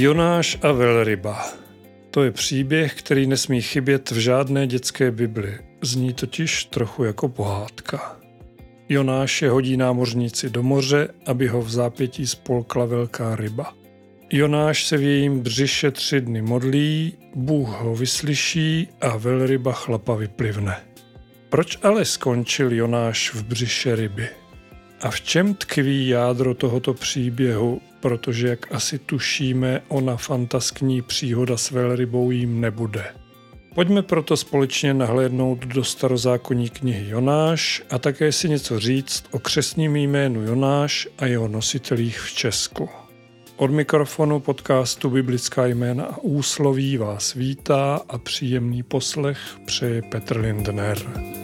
Jonáš a velryba. To je příběh, který nesmí chybět v žádné dětské bibli. Zní totiž trochu jako pohádka. Jonáše hodí námořníci do moře, aby ho v zápětí spolkla velká ryba. Jonáš se v jejím břiše 3 dny modlí, Bůh ho vyslyší a velryba chlapa vyplivne. Proč ale skončil Jonáš v břiše ryby? A v čem tkví jádro tohoto příběhu, protože jak asi tušíme, ona fantaskní příhoda s velrybou jim nebude. Pojďme proto společně nahlédnout do starozákonní knihy Jonáš a také si něco říct o křestním jménu Jonáš a jeho nositelích v Česku. Od mikrofonu podcastu Biblická jména a úsloví vás vítá a příjemný poslech přeje Petr Lindner.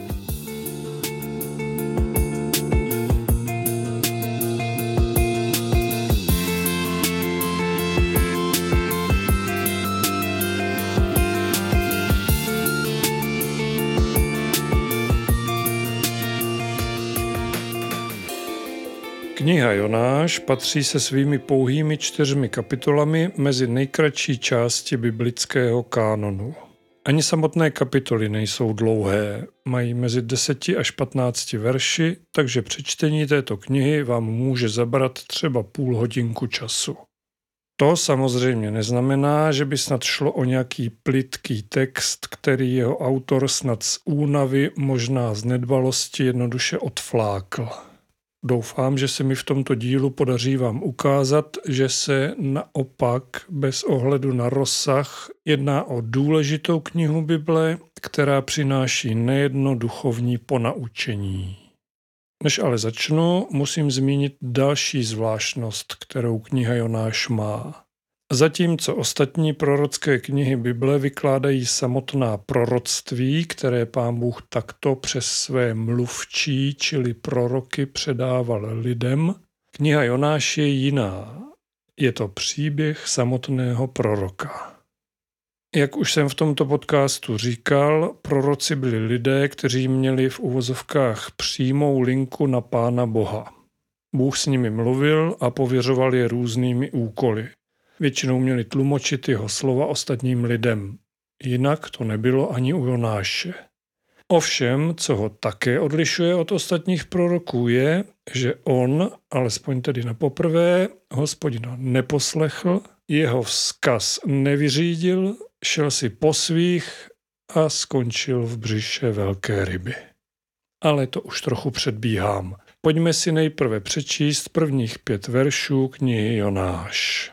Kniha Jonáš patří se svými pouhými 4 kapitolami mezi nejkratší části biblického kánonu. Ani samotné kapitoly nejsou dlouhé, mají mezi 10 až 15 verši, takže přečtení této knihy vám může zabrat třeba půl hodinku času. To samozřejmě neznamená, že by snad šlo o nějaký plytký text, který jeho autor snad z únavy, možná z nedbalosti jednoduše odflákl. Doufám, že se mi v tomto dílu podaří vám ukázat, že se naopak bez ohledu na rozsah jedná o důležitou knihu Bible, která přináší nejedno duchovní ponaučení. Než ale začnu, musím zmínit další zvláštnost, kterou kniha Jonáš má. Zatímco ostatní prorocké knihy Bible vykládají samotná proroctví, které Pán Bůh takto přes své mluvčí, čili proroky, předával lidem, kniha Jonáš je jiná. Je to příběh samotného proroka. Jak už jsem v tomto podcastu říkal, proroci byli lidé, kteří měli v uvozovkách přímou linku na Pána Boha. Bůh s nimi mluvil a pověřoval je různými úkoly. Většinou měli tlumočit jeho slova ostatním lidem. Jinak to nebylo ani u Jonáše. Ovšem, co ho také odlišuje od ostatních proroků je, že on, alespoň tedy na poprvé, Hospodina neposlechl, jeho vzkaz nevyřídil, šel si po svých a skončil v břiše velké ryby. Ale to už trochu předbíhám. Pojďme si nejprve přečíst prvních 5 veršů knihy Jonáš.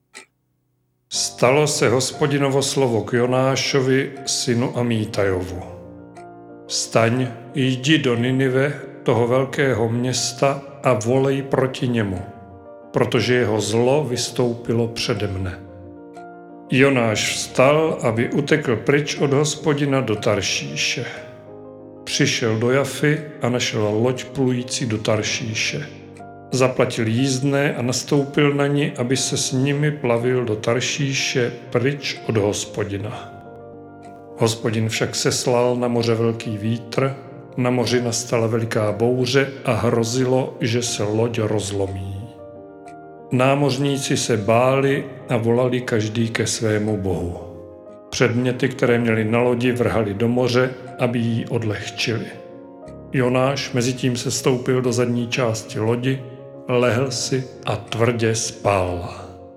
Stalo se Hospodinovo slovo k Jonášovi, synu Amítajovu. Vstaň, jdi do Ninive, toho velkého města, a volej proti němu, protože jeho zlo vystoupilo přede mne. Jonáš vstal, aby utekl pryč od Hospodina do Taršíše. Přišel do Jafy a našel loď plující do Taršíše. Zaplatil jízdné a nastoupil na ni, aby se s nimi plavil do Taršíše pryč od Hospodina. Hospodin však seslal na moře velký vítr, na moři nastala veliká bouře a hrozilo, že se loď rozlomí. Námořníci se báli a volali každý ke svému bohu. Předměty, které měli na lodi, vrhali do moře, aby ji odlehčili. Jonáš mezitím se stoupil do zadní části lodi, lehl si a tvrdě spal.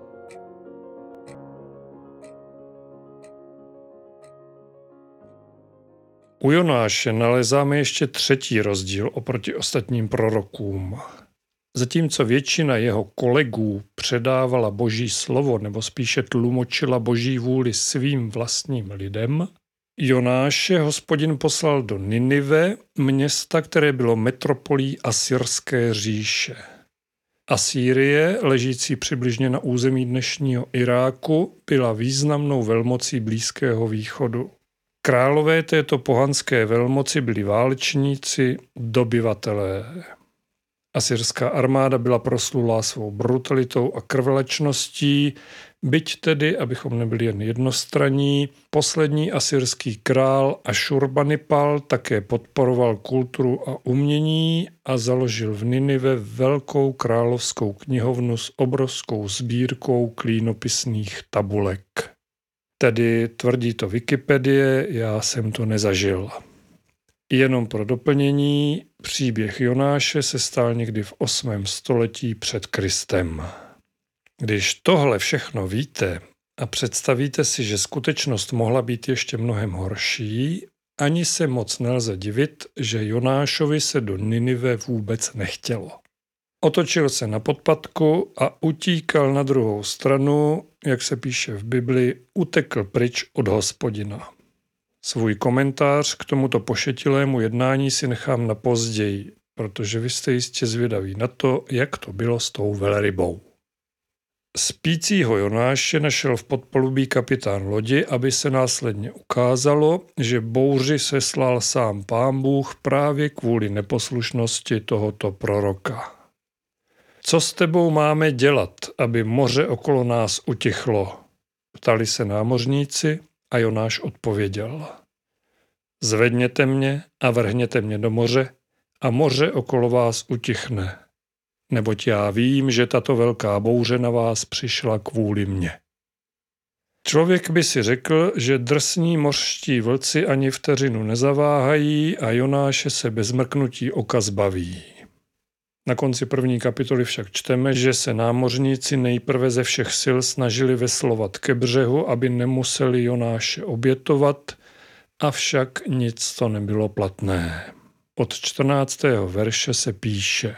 U Jonáše nalezáme ještě 3. rozdíl oproti ostatním prorokům. Zatímco většina jeho kolegů předávala Boží slovo nebo spíše tlumočila Boží vůli svým vlastním lidem, Jonáše Hospodin poslal do Ninive, města, které bylo metropolí Asyrské říše. Asýrie, ležící přibližně na území dnešního Iráku, byla významnou velmocí Blízkého východu. Králové této pohanské velmoci byli válečníci, dobyvatelé. Asyrská armáda byla proslulá svou brutalitou a krvelačností, Byť tedy, abychom nebyli jen jednostranní, poslední asyrský král Ašurbanipal také podporoval kulturu a umění a založil v Ninive velkou královskou knihovnu s obrovskou sbírkou klínopisných tabulek. Tedy tvrdí to Wikipedie, já jsem to nezažil. Jenom pro doplnění, příběh Jonáše se stal někdy v 8. století před Kristem. Když tohle všechno víte a představíte si, že skutečnost mohla být ještě mnohem horší, ani se moc nelze divit, že Jonášovi se do Ninive vůbec nechtělo. Otočil se na podpatku a utíkal na druhou stranu, jak se píše v Bibli, utekl pryč od Hospodina. Svůj komentář k tomuto pošetilému jednání si nechám na později, protože vy jste jistě zvědaví na to, jak to bylo s tou velrybou. Spícího Jonáše našel v podpolubí kapitán lodi, aby se následně ukázalo, že bouři seslal sám Pán Bůh právě kvůli neposlušnosti tohoto proroka. Co s tebou máme dělat, aby moře okolo nás utichlo? Ptali se námořníci a Jonáš odpověděl. Zvedněte mě a vrhněte mě do moře a moře okolo vás utichne. Neboť já vím, že tato velká bouře na vás přišla kvůli mně. Člověk by si řekl, že drsní mořští vlci ani vteřinu nezaváhají a Jonáše se bez mrknutí oka zbaví. Na konci 1. kapitoly však čteme, že se námořníci nejprve ze všech sil snažili veslovat ke břehu, aby nemuseli Jonáše obětovat, avšak nic to nebylo platné. Od 14. verše se píše.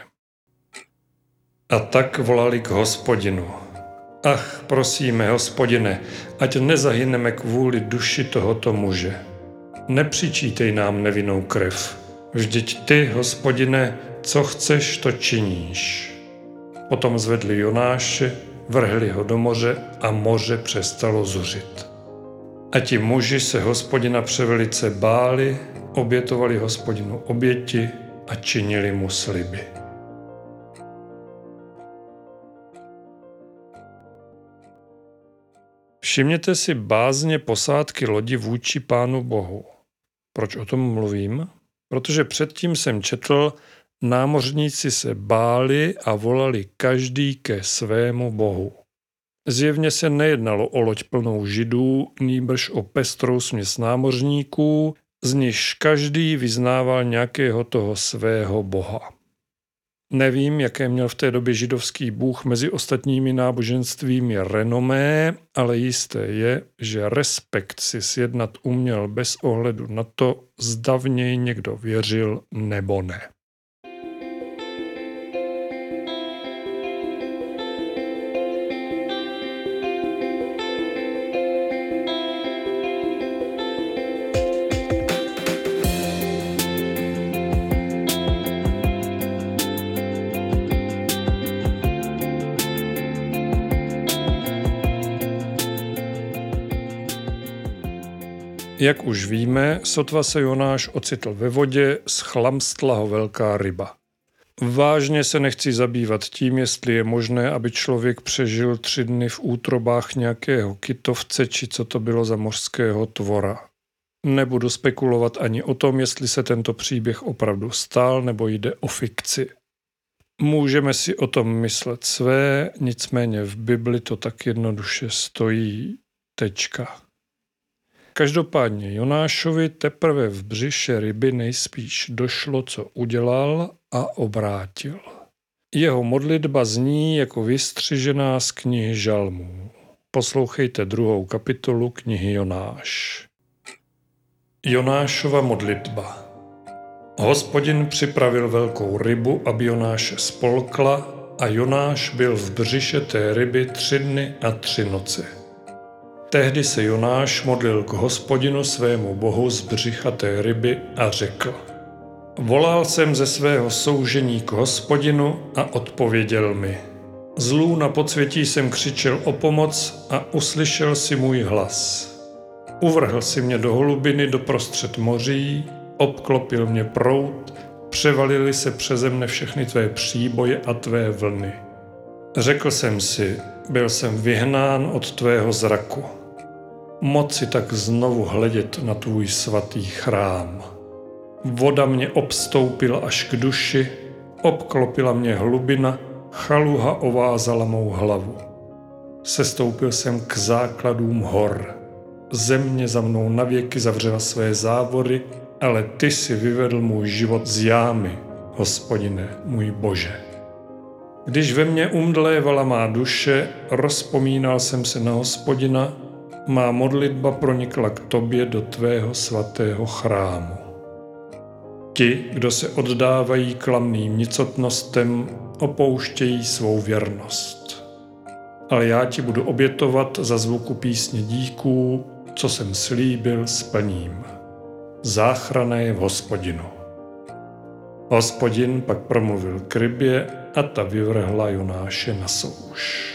A tak volali k Hospodinu. Ach, prosíme, Hospodine, ať nezahyneme kvůli duši tohoto muže. Nepřičítej nám nevinnou krev. Vždyť ty, Hospodine, co chceš, to činíš. Potom zvedli Jonáše, vrhli ho do moře a moře přestalo zuřit. A ti muži se Hospodina převelice báli, obětovali Hospodinu oběti a činili mu sliby. Všimněte si bázně posádky lodi vůči Pánu Bohu. Proč o tom mluvím? Protože předtím jsem četl, námořníci se báli a volali každý ke svému bohu. Zjevně se nejednalo o loď plnou Židů, nýbrž o pestrou směs námořníků, z nichž každý vyznával nějakého toho svého boha. Nevím, jaké měl v té době židovský bůh mezi ostatními náboženstvími renomé, ale jisté je, že respekt si sjednat uměl bez ohledu na to, zda v něj někdo věřil nebo ne. Jak už víme, sotva se Jonáš ocitl ve vodě, schlamstla ho velká ryba. Vážně se nechci zabývat tím, jestli je možné, aby člověk přežil 3 dny v útrobách nějakého kytovce, či co to bylo za mořského tvora. Nebudu spekulovat ani o tom, jestli se tento příběh opravdu stal, nebo jde o fikci. Můžeme si o tom myslet své, nicméně v Bibli to tak jednoduše stojí. Tečka. Každopádně Jonášovi teprve v břiše ryby nejspíš došlo, co udělal, a obrátil. Jeho modlitba zní jako vystřižená z knihy Žalmů. Poslouchejte 2. kapitolu knihy Jonáš. Jonášova modlitba. Hospodin připravil velkou rybu, aby Jonáše spolkla, a Jonáš byl v břiše té ryby 3 dny a 3 noci. Tehdy se Jonáš modlil k Hospodinu svému bohu z břicha té ryby a řekl: Volal jsem ze svého soužení k Hospodinu a odpověděl mi. Z lůna podsvětí jsem křičel o pomoc a uslyšel si můj hlas. Uvrhl si mě do holubiny doprostřed moří, obklopil mě proud, převalily se přeze mne všechny tvé příboje a tvé vlny. Řekl jsem si, byl jsem vyhnán od tvého zraku. Moci tak znovu hledět na tvůj svatý chrám. Voda mě obstoupila až k duši, obklopila mě hlubina, chaluha ovázala mou hlavu. Sestoupil jsem k základům hor. Země za mnou navěky zavřela své závory, ale ty si vyvedl můj život z jámy, Hospodine, můj Bože. Když ve mně umdlévala má duše, rozpomínal jsem se na Hospodina, má modlitba pronikla k tobě do tvého svatého chrámu. Ti, kdo se oddávají klamným nicotnostem, opouštějí svou věrnost. Ale já ti budu obětovat za zvuku písně díků, co jsem slíbil, splním. Záchrana je v Hospodinu. Hospodin pak promluvil k rybě a ta vyvrhla Jonáše na souš.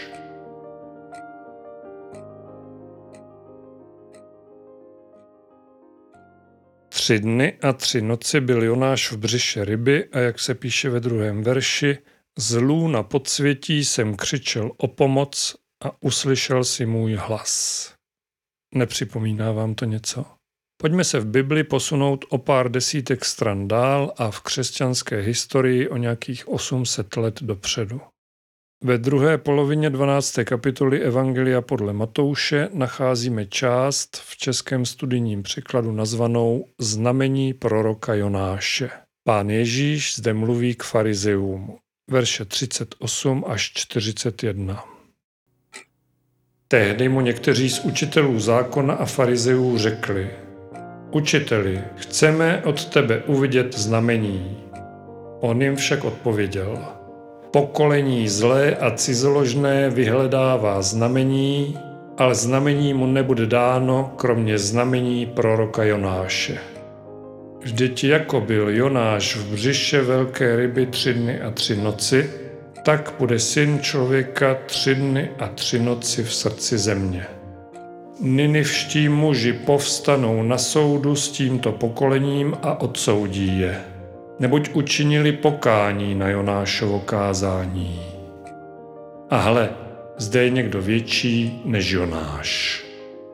Tři dny a 3 noci byl Jonáš v břiše ryby a jak se píše ve 2. verši, z lůna podsvětí jsem křičel o pomoc a uslyšel si můj hlas. Nepřipomíná vám to něco? Pojďme se v Bibli posunout o pár desítek stran dál a v křesťanské historii o nějakých 800 let dopředu. Ve druhé polovině 12. kapitoly Evangelia podle Matouše nacházíme část v českém studijním překladu nazvanou Znamení proroka Jonáše. Pán Ježíš zde mluví k farizeům. Verše 38 až 41. Tehdy mu někteří z učitelů zákona a farizeů řekli: Učiteli, chceme od tebe uvidět znamení. On jim však odpověděl: Pokolení zlé a cizoložné vyhledává znamení, ale znamení mu nebude dáno, kromě znamení proroka Jonáše. Vždyť jako byl Jonáš v břiše velké ryby 3 dny a 3 noci, tak bude Syn člověka 3 dny a 3 noci v srdci země. Ninivští muži povstanou na soudu s tímto pokolením a odsoudí je, neboť učinili pokání na Jonášovo kázání. A hle, zde je někdo větší než Jonáš.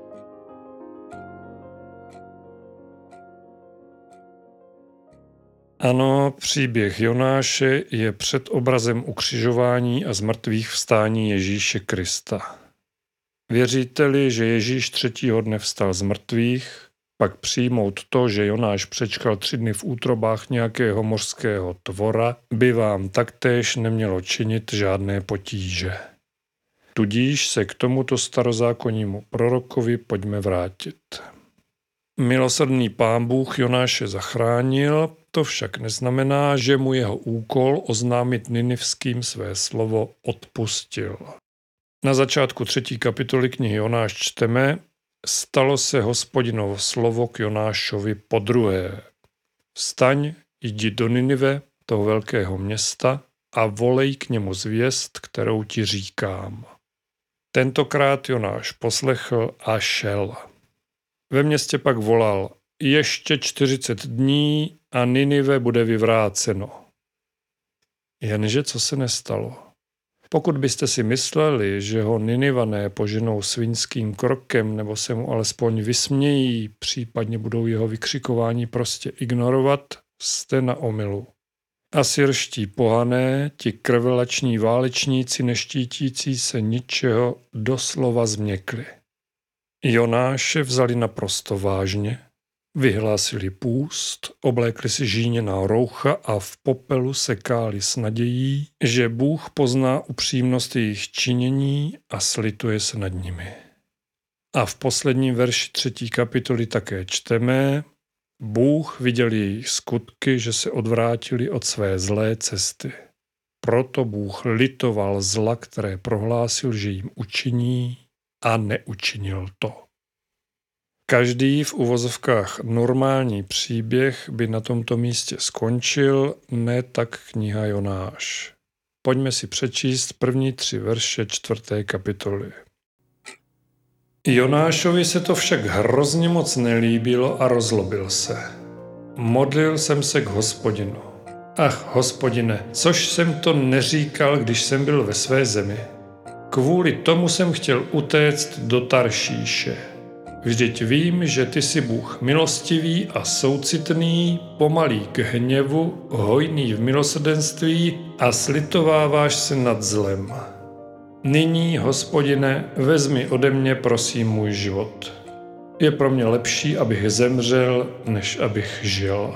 Ano, příběh Jonáše je předobrazem ukřižování a zmrtvých vstání Ježíše Krista. Věříte-li, že Ježíš 3. dne vstal z mrtvých, pak přijmout to, že Jonáš přečkal 3 dny v útrobách nějakého mořského tvora, by vám taktéž nemělo činit žádné potíže. Tudíž se k tomuto starozákonnímu prorokovi pojďme vrátit. Milosrdný Pán Bůh Jonáše zachránil, to však neznamená, že mu jeho úkol oznámit Ninivským své slovo odpustil. Na začátku 3. kapitoly knihy Jonáš čteme: Stalo se Hospodinovo slovo k Jonášovi podruhé. Vstaň, jdi do Ninive, toho velkého města, a volej k němu zvěst, kterou ti říkám. Tentokrát Jonáš poslechl a šel. Ve městě pak volal: ještě 40 dní a Ninive bude vyvráceno. Jenže co se nestalo? Pokud byste si mysleli, že ho Ninivané poženou svinským krokem nebo se mu alespoň vysmějí, případně budou jeho vykřikování prostě ignorovat, jste na omylu. Asyrští pohané, ti krvelační válečníci neštítící se ničeho, doslova změkli. Jonáše vzali naprosto vážně, vyhlásili půst, oblékli si žíněná roucha a v popelu sekáli s nadějí, že Bůh pozná upřímnost jejich činění a slituje se nad nimi. A v posledním verši 3. kapitoly také čteme: Bůh viděl jejich skutky, že se odvrátili od své zlé cesty. Proto Bůh litoval zla, které prohlásil, že jim učiní, a neučinil to. Každý v uvozovkách normální příběh by na tomto místě skončil, ne tak kniha Jonáš. Pojďme si přečíst první 3 verše 4. kapitoly. Jonášovi se to však hrozně moc nelíbilo a rozlobil se. Modlil jsem se k Hospodinu. Ach, Hospodine, což jsem to neříkal, když jsem byl ve své zemi. Kvůli tomu jsem chtěl utéct do Taršíše. Vždyť vím, že ty jsi Bůh milostivý a soucitný, pomalý k hněvu, hojný v milosrdenství a slitováváš se nad zlem. Nyní, Hospodine, vezmi ode mě prosím můj život. Je pro mě lepší, abych zemřel, než abych žil.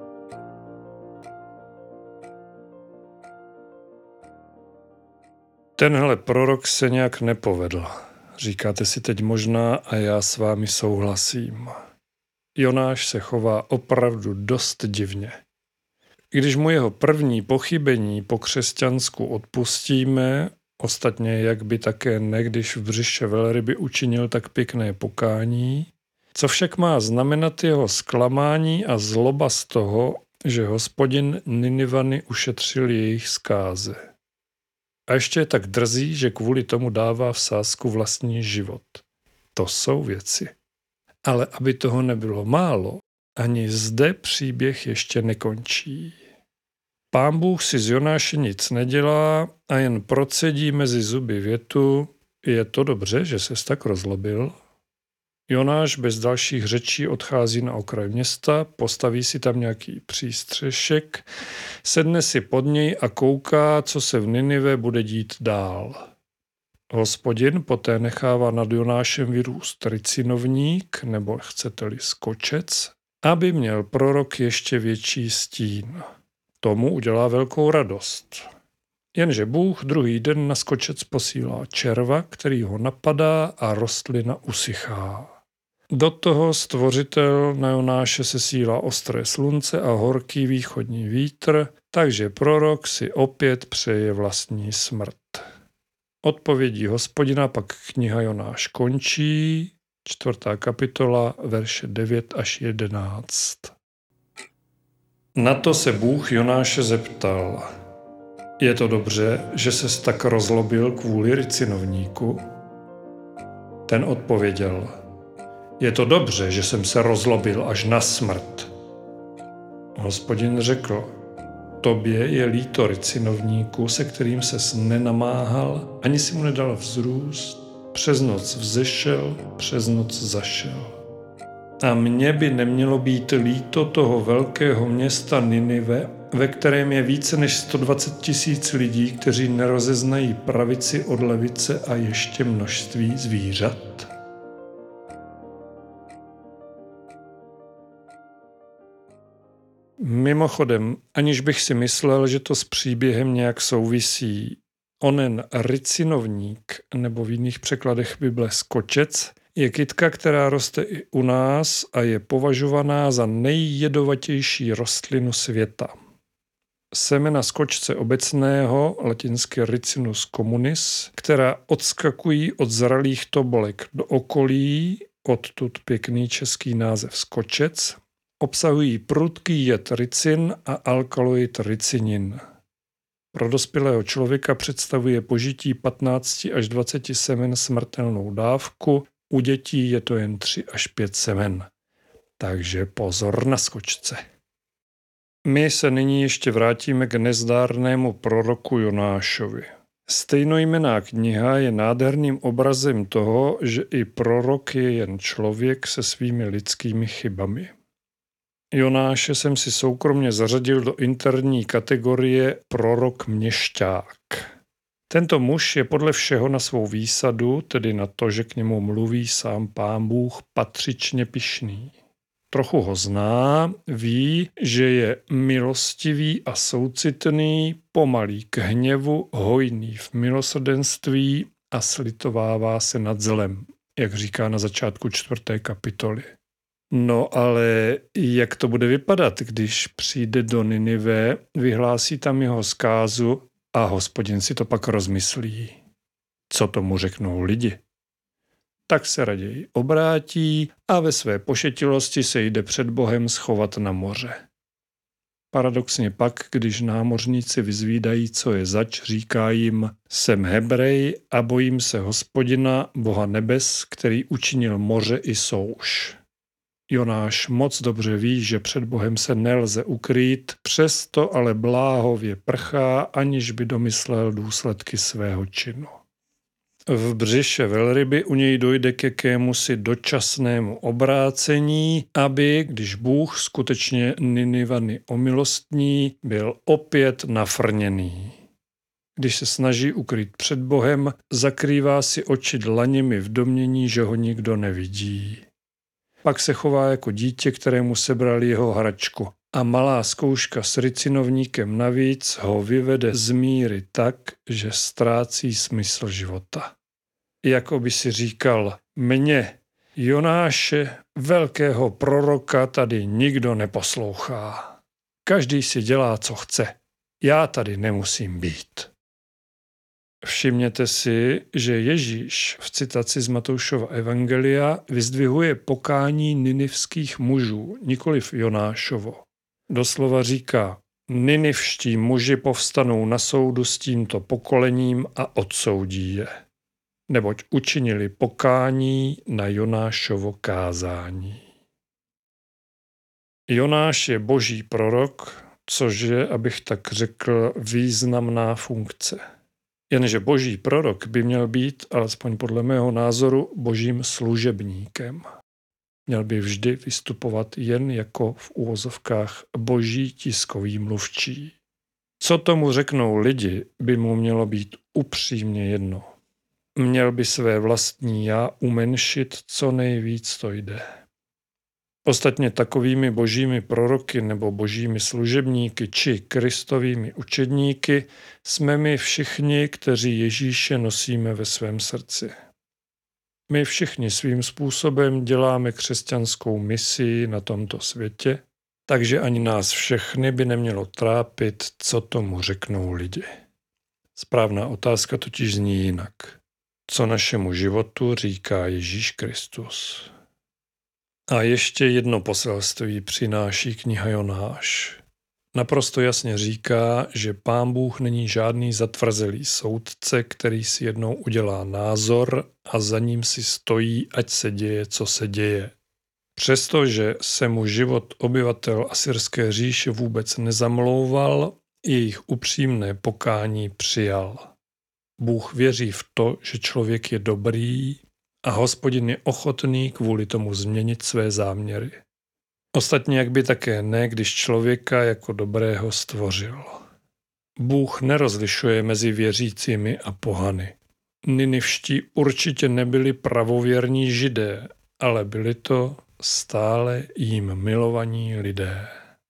Tenhle prorok se nějak nepovedl. Říkáte si teď možná a já s vámi souhlasím. Jonáš se chová opravdu dost divně. Když mu jeho první pochybení po křesťansku odpustíme, ostatně jak by také ne, když v břiše velryby učinil tak pěkné pokání, co však má znamenat jeho zklamání a zloba z toho, že Hospodin Ninivany ušetřil jejich zkáze. A ještě je tak drzý, že kvůli tomu dává v sázku vlastní život. To jsou věci. Ale aby toho nebylo málo, ani zde příběh ještě nekončí. Pán Bůh si z Jonáše nic nedělá a jen procedí mezi zuby větu: je to dobře, že ses tak rozlobil? Jonáš bez dalších řečí odchází na okraj města, postaví si tam nějaký přístřešek, sedne si pod něj a kouká, co se v Ninive bude dít dál. Hospodin poté nechává nad Jonášem vyrůst ricinovník, nebo chcete-li skočec, aby měl prorok ještě větší stín. Tomu udělá velkou radost. Jenže Bůh druhý den na skočec posílá červa, který ho napadá a rostlina usychá. Do toho Stvořitel na Jonáše sesílá ostré slunce a horký východní vítr, takže prorok si opět přeje vlastní smrt. Odpovědí Hospodina pak kniha Jonáš končí, 4. kapitola, verše 9 až 11. Na to se Bůh Jonáše zeptal: je to dobře, že ses tak rozlobil kvůli ricinovníku? Ten odpověděl: je to dobře, že jsem se rozlobil až na smrt. Hospodin řekl: tobě je líto ricinovníku, se kterým ses nenamáhal, ani si mu nedal vzrůst, přes noc vzešel, přes noc zašel. A mně by nemělo být líto toho velkého města Ninive, ve kterém je více než 120 000 lidí, kteří nerozeznají pravici od levice a ještě množství zvířat? Mimochodem, aniž bych si myslel, že to s příběhem nějak souvisí, onen ricinovník, nebo v jiných překladech Bible skočec, je kytka, která roste i u nás a je považovaná za nejjedovatější rostlinu světa. Semena skočce obecného, latinsky Ricinus communis, která odskakují od zralých tobolek do okolí, odtud pěkný český název skočec, obsahují prudký jed ricin a alkaloid ricinin. Pro dospělého člověka představuje požití 15 až 20 semen smrtelnou dávku, u dětí je to jen 3 až 5 semen. Takže pozor na skočce. My se nyní ještě vrátíme k nezdárnému proroku Jonášovi. Stejnojmenná kniha je nádherným obrazem toho, že i prorok je jen člověk se svými lidskými chybami. Jonáše jsem si soukromně zařadil do interní kategorie prorok měšťák. Tento muž je podle všeho na svou výsadu, tedy na to, že k němu mluví sám Pán Bůh, patřičně pyšný. Trochu ho zná, ví, že je milostivý a soucitný, pomalý k hněvu, hojný v milosrdenství a slitovává se nad zlem, jak říká na začátku 4. kapitoly. No ale jak to bude vypadat, když přijde do Ninive, vyhlásí tam jeho zkázu a Hospodin si to pak rozmyslí? Co tomu řeknou lidi? Tak se raději obrátí a ve své pošetilosti se jde před Bohem schovat na moře. Paradoxně pak, když námořníci vyzvídají, co je zač, říká jim: jsem Hebrej a bojím se Hospodina, Boha nebes, který učinil moře i souš. Jonáš moc dobře ví, že před Bohem se nelze ukrýt, přesto ale bláhově prchá, aniž by domyslel důsledky svého činu. V břiše velryby u něj dojde k jakémusi dočasnému obrácení, aby, když Bůh skutečně Ninivany omilostní, byl opět nafrněný. Když se snaží ukryt před Bohem, zakrývá si oči dlaněmi v domnění, že ho nikdo nevidí. Pak se chová jako dítě, kterému sebrali jeho hračku. A malá zkouška s ricinovníkem navíc ho vyvede z míry tak, že ztrácí smysl života. Jako by si říkal, mě, Jonáše, velkého proroka, tady nikdo neposlouchá. Každý si dělá, co chce. Já tady nemusím být. Všimněte si, že Ježíš v citaci z Matoušova evangelia vyzdvihuje pokání ninivských mužů, nikoliv Jonášovo. Doslova říká, ninivští muži povstanou na soudu s tímto pokolením a odsoudí je, neboť učinili pokání na Jonášovo kázání. Jonáš je boží prorok, což je, abych tak řekl, významná funkce. Jenže boží prorok by měl být, alespoň podle mého názoru, božím služebníkem. Měl by vždy vystupovat jen jako v úvozovkách boží tiskový mluvčí. Co tomu řeknou lidi, by mu mělo být upřímně jedno. Měl by své vlastní já umenšit, co nejvíc to jde. Ostatně takovými božími proroky nebo božími služebníky či kristovými učedníky jsme my všichni, kteří Ježíše nosíme ve svém srdci. My všichni svým způsobem děláme křesťanskou misi na tomto světě, takže ani nás všechny by nemělo trápit, co tomu řeknou lidi. Správná otázka totiž zní jinak. Co našemu životu říká Ježíš Kristus? A ještě jedno poselství přináší kniha Jonáš. Naprosto jasně říká, že Pán Bůh není žádný zatvrzelý soudce, který si jednou udělá názor a za ním si stojí, ať se děje, co se děje. Přestože se mu život obyvatel Asyrské říše vůbec nezamlouval, jejich upřímné pokání přijal. Bůh věří v to, že člověk je dobrý a Hospodin je ochotný kvůli tomu změnit své záměry. Ostatně jak by také ne, když člověka jako dobrého stvořil. Bůh nerozlišuje mezi věřícími a pohany. Ninivští určitě nebyli pravověrní Židé, ale byli to stále jím milovaní lidé.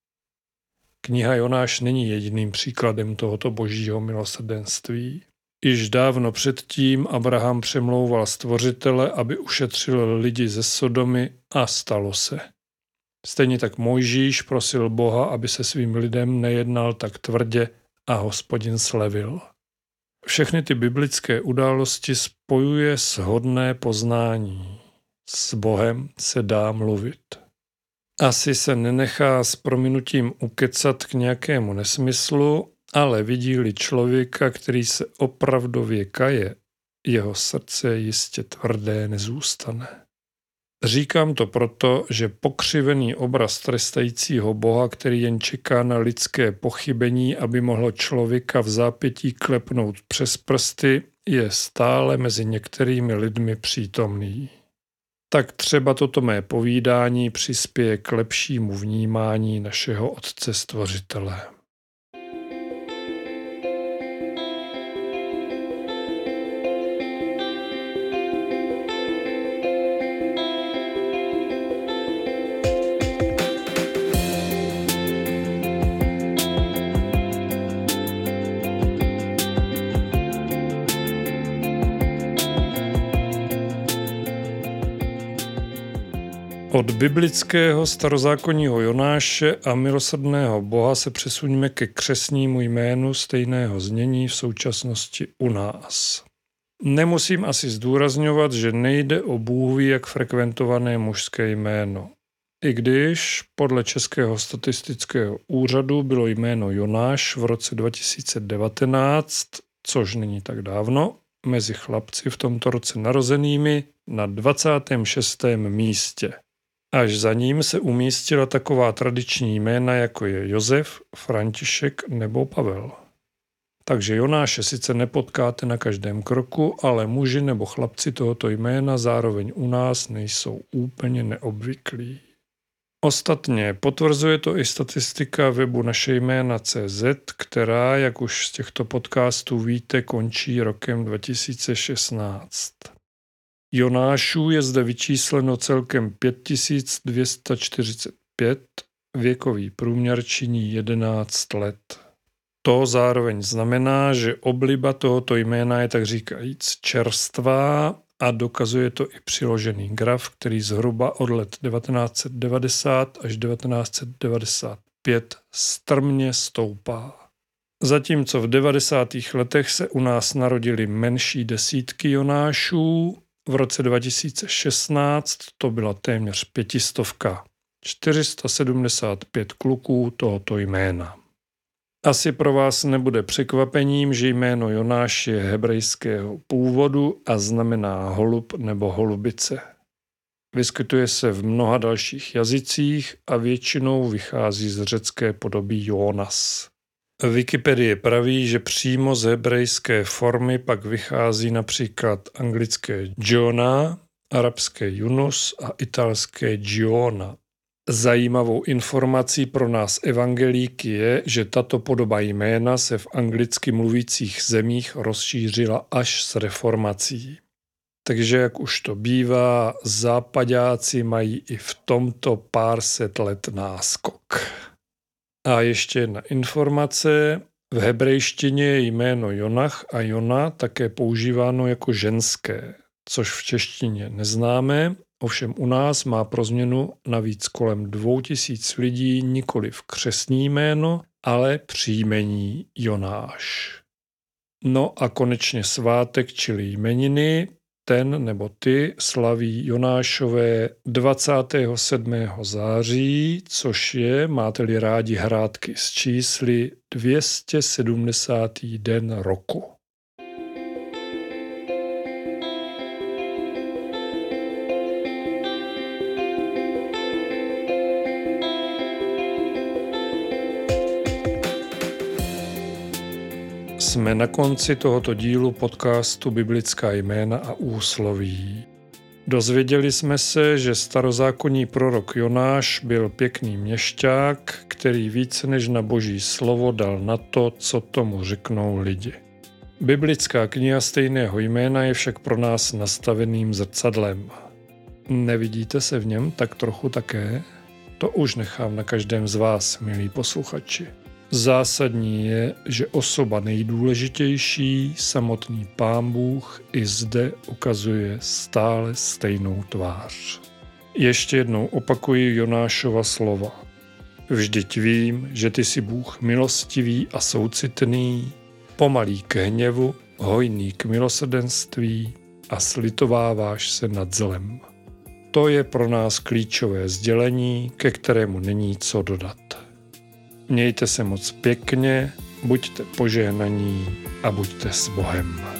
Kniha Jonáš není jediným příkladem tohoto božího milosrdenství. Již dávno předtím Abraham přemlouval Stvořitele, aby ušetřil lidi ze Sodomy a stalo se. Stejně tak Mojžíš prosil Boha, aby se svým lidem nejednal tak tvrdě a Hospodin slevil. Všechny ty biblické události spojuje shodné poznání. S Bohem se dá mluvit. Asi se nenechá s prominutím ukecat k nějakému nesmyslu, ale vidí-li člověka, který se opravdově kaje, jeho srdce jistě tvrdé nezůstane. Říkám to proto, že pokřivený obraz trestajícího Boha, který jen čeká na lidské pochybení, aby mohlo člověka v zápětí klepnout přes prsty, je stále mezi některými lidmi přítomný. Tak třeba toto mé povídání přispěje k lepšímu vnímání našeho Otce Stvořitele. Od biblického starozákonního Jonáše a milosrdného Boha se přesuňme ke křestnímu jménu stejného znění v současnosti u nás. Nemusím asi zdůrazňovat, že nejde o bůhví jak frekventované mužské jméno. I když podle Českého statistického úřadu bylo jméno Jonáš v roce 2019, což není tak dávno, mezi chlapci v tomto roce narozenými na 26. místě. Až za ním se umístila taková tradiční jména, jako je Josef, František nebo Pavel. Takže Jonáše sice nepotkáte na každém kroku, ale muži nebo chlapci tohoto jména zároveň u nás nejsou úplně neobvyklí. Ostatně potvrzuje to i statistika webu naše jména.cz, která, jak už z těchto podcastů víte, končí rokem 2016. Jonášů je zde vyčísleno celkem 5245, věkový průměr činí 11 let. To zároveň znamená, že obliba tohoto jména je tak říkajíc čerstvá a dokazuje to i přiložený graf, který zhruba od let 1990 až 1995 strmě stoupá. Zatímco v 90. letech se u nás narodily menší desítky Jonášů, v roce 2016 to byla téměř 500, 475 kluků tohoto jména. Asi pro vás nebude překvapením, že jméno Jonáš je hebrejského původu a znamená holub nebo holubice. Vyskytuje se v mnoha dalších jazycích a většinou vychází z řecké podoby Jonas. Wikipedie praví, že přímo z hebrejské formy pak vychází například anglické Jonah, arabské Yunus a italské Giona. Zajímavou informací pro nás evangelíky je, že tato podoba jména se v anglicky mluvících zemích rozšířila až s reformací. Takže jak už to bývá, západáci mají i v tomto pár set let náskok. A ještě jedna informace. V hebrejštině je jméno Jonach a Jona také používáno jako ženské, což v češtině neznáme, ovšem u nás má pro změnu navíc kolem 2000 lidí nikoliv křestní jméno, ale příjmení Jonáš. No a konečně svátek, čili jmeniny, ten nebo ty slaví Jonášové 27. září, což je, máte-li rádi hrátky s čísly, 270. den roku. Jsme na konci tohoto dílu podcastu Biblická jména a úsloví. Dozvěděli jsme se, že starozákonní prorok Jonáš byl pěkný měšťák, který více než na boží slovo dal na to, co tomu řeknou lidi. Biblická kniha stejného jména je však pro nás nastaveným zrcadlem. Nevidíte se v něm tak trochu také? To už nechám na každém z vás, milí posluchači. Zásadní je, že osoba nejdůležitější, samotný Pán Bůh, i zde ukazuje stále stejnou tvář. Ještě jednou opakuji Jonášova slova. Vždyť vím, že ty jsi Bůh milostivý a soucitný, pomalý k hněvu, hojný k milosrdenství a slitováváš se nad zlem. To je pro nás klíčové sdělení, ke kterému není co dodat. Mějte se moc pěkně, buďte požehnaní a buďte s Bohem.